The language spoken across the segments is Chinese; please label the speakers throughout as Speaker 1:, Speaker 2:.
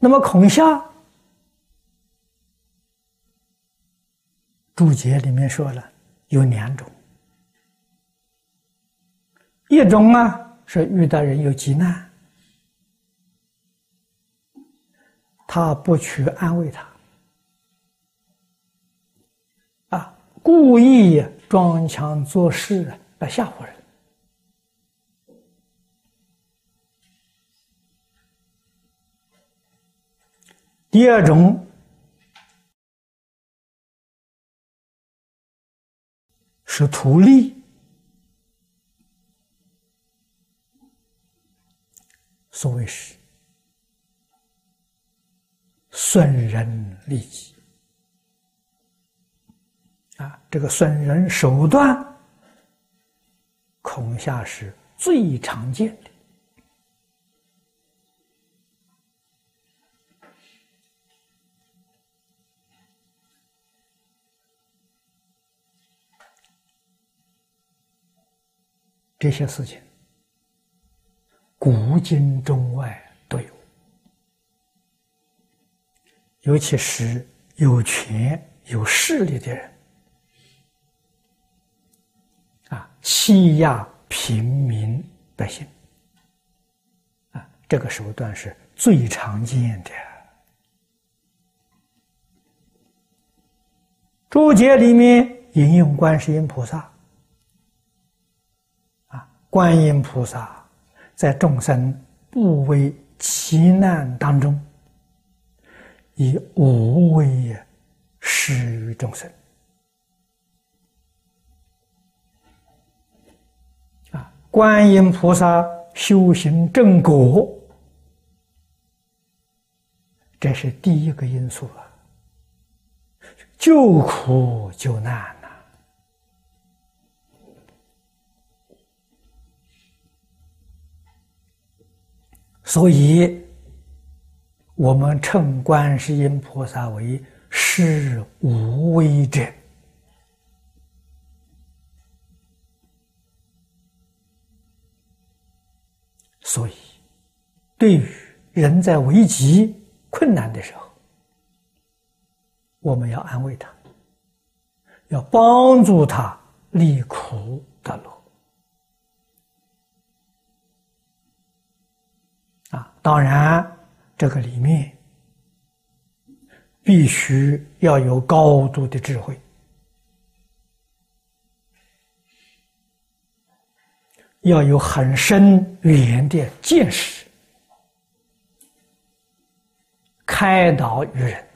Speaker 1: 那么孔夏注解里面说了有2种，一种是遇到人有急难，他不去安慰他，故意装腔作势来吓唬人。第二种是图利，所谓是损人利己这个损人手段，孔夏是最常见的。这些事情，古今中外都有，尤其是有权有势力的人，欺压平民百姓，这个手段是最常见的。注解里面引用观世音菩萨，观音菩萨在众生不畏其难当中，以无畏施于众生。观音菩萨修行正果，这是第一个因素救苦救难所以我们称观世音菩萨为施无畏者。所以对于人在危急困难的时候，我们要安慰他，要帮助他离苦得乐。当然这个里面必须要有高度的智慧，要有很深远的见识，开导于人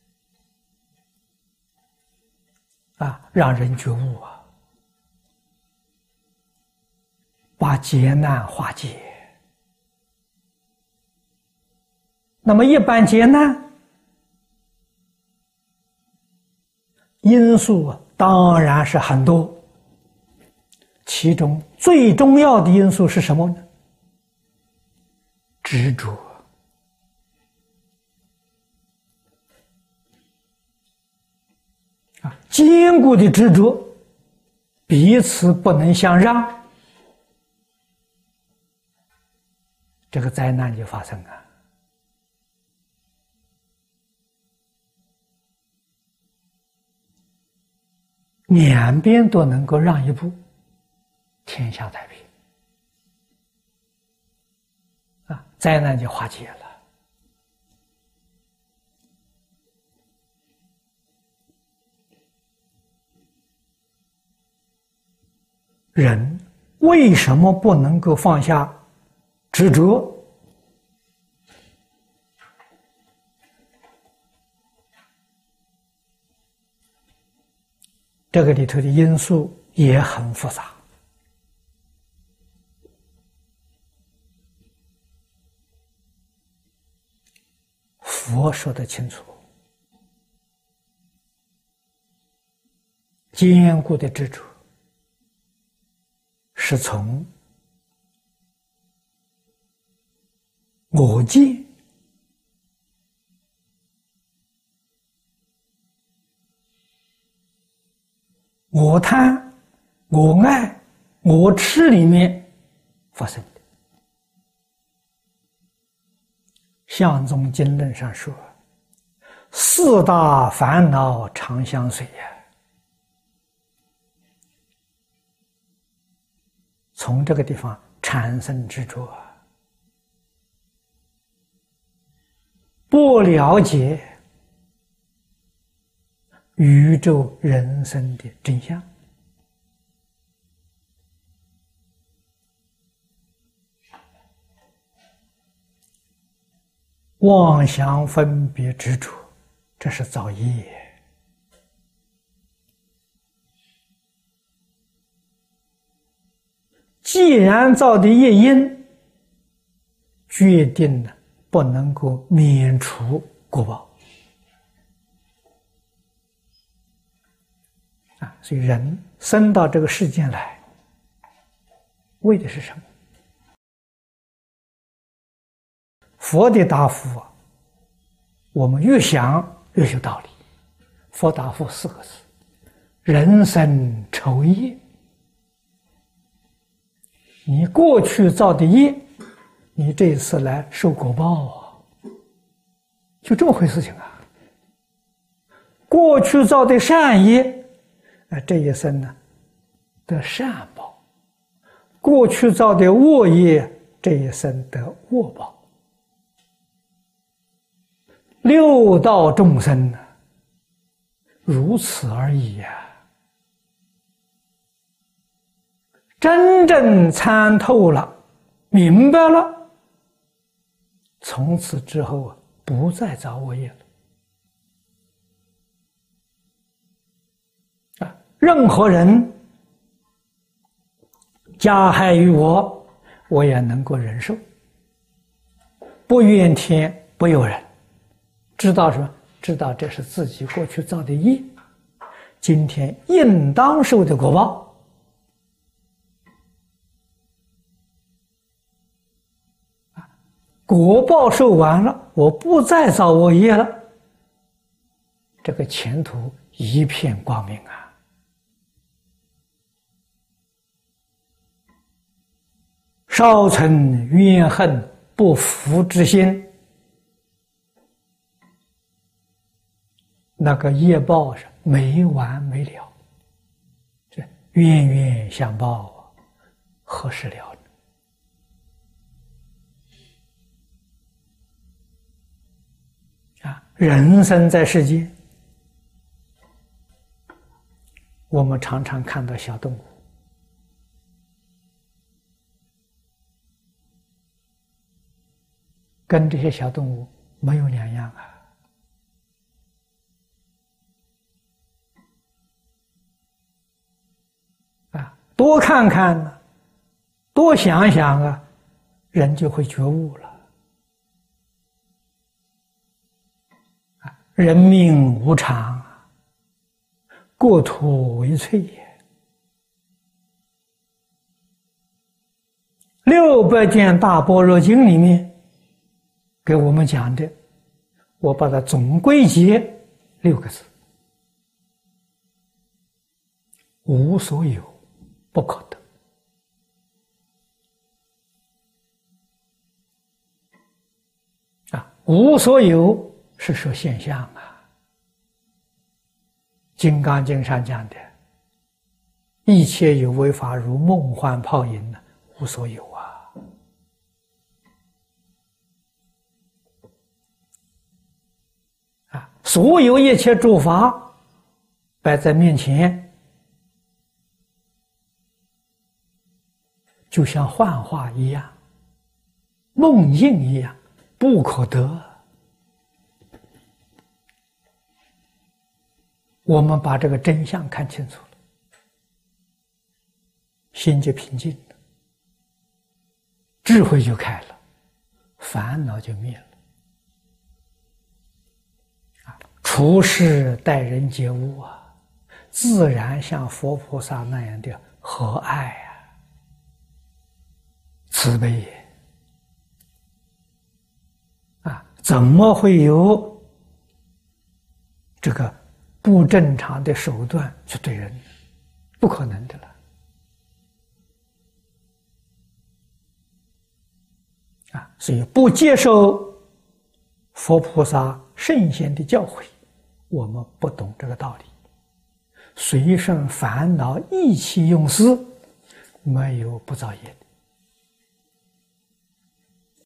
Speaker 1: 让人觉悟把劫难化解。那么一般劫难因素当然是很多，其中最重要的因素是什么呢？执着。坚固的执着，彼此不能相让，这个灾难就发生了。两边都能够让一步，天下太平灾难就化解了。人为什么不能够放下执着？这个里头的因素也很复杂。佛说得清楚，坚固的执着是从我见、我贪、我爱、我痴里面发生的。 相宗经论上说：“四大烦恼常相随呀。”从这个地方产生执着，不了解宇宙人生的真相，妄想分别执着，这是造业。既然造的业因，决定了不能够免除果报啊！所以人生到这个世间来，为的是什么？佛的答复啊，我们越想越有道理。佛答复4个字：人生酬业。你过去造的业，你这一次来受果报啊，就这么回事情啊。过去造的善业，这一生呢得善报；过去造的恶业，这一生得恶报。六道众生呢，如此而已呀。真正参透了，明白了，从此之后啊，不再造恶业了。啊，任何人加害于我，我也能够忍受，不怨天不尤人。知道什么？知道这是自己过去造的业，今天应当受的果报。果报受完了，我不再造恶业了，这个前途一片光明啊！少存怨恨不服之心，那个业报是没完没了，这冤冤相报，何时了？人生在世间，我们常常看到小动物，跟这些小动物没有两样啊！多看看呢，多想想啊，人就会觉悟了。人命无常，过土为脆也。600卷大般若经里面给我们讲的，我把它总归结6个字：无所有，不可得。无所有是说现象啊，《金刚经》上讲的，一切有为法如梦幻泡影，无所有所有一切诸法摆在面前，就像幻化一样，梦境一样，不可得。我们把这个真相看清楚了，心就平静了，智慧就开了，烦恼就灭了。处事待人接物自然像佛菩萨那样的和蔼慈悲怎么会有这个不正常的手段去对人？不可能的了所以不接受佛菩萨圣贤的教诲，我们不懂这个道理，随顺烦恼意气用事，没有不造业的。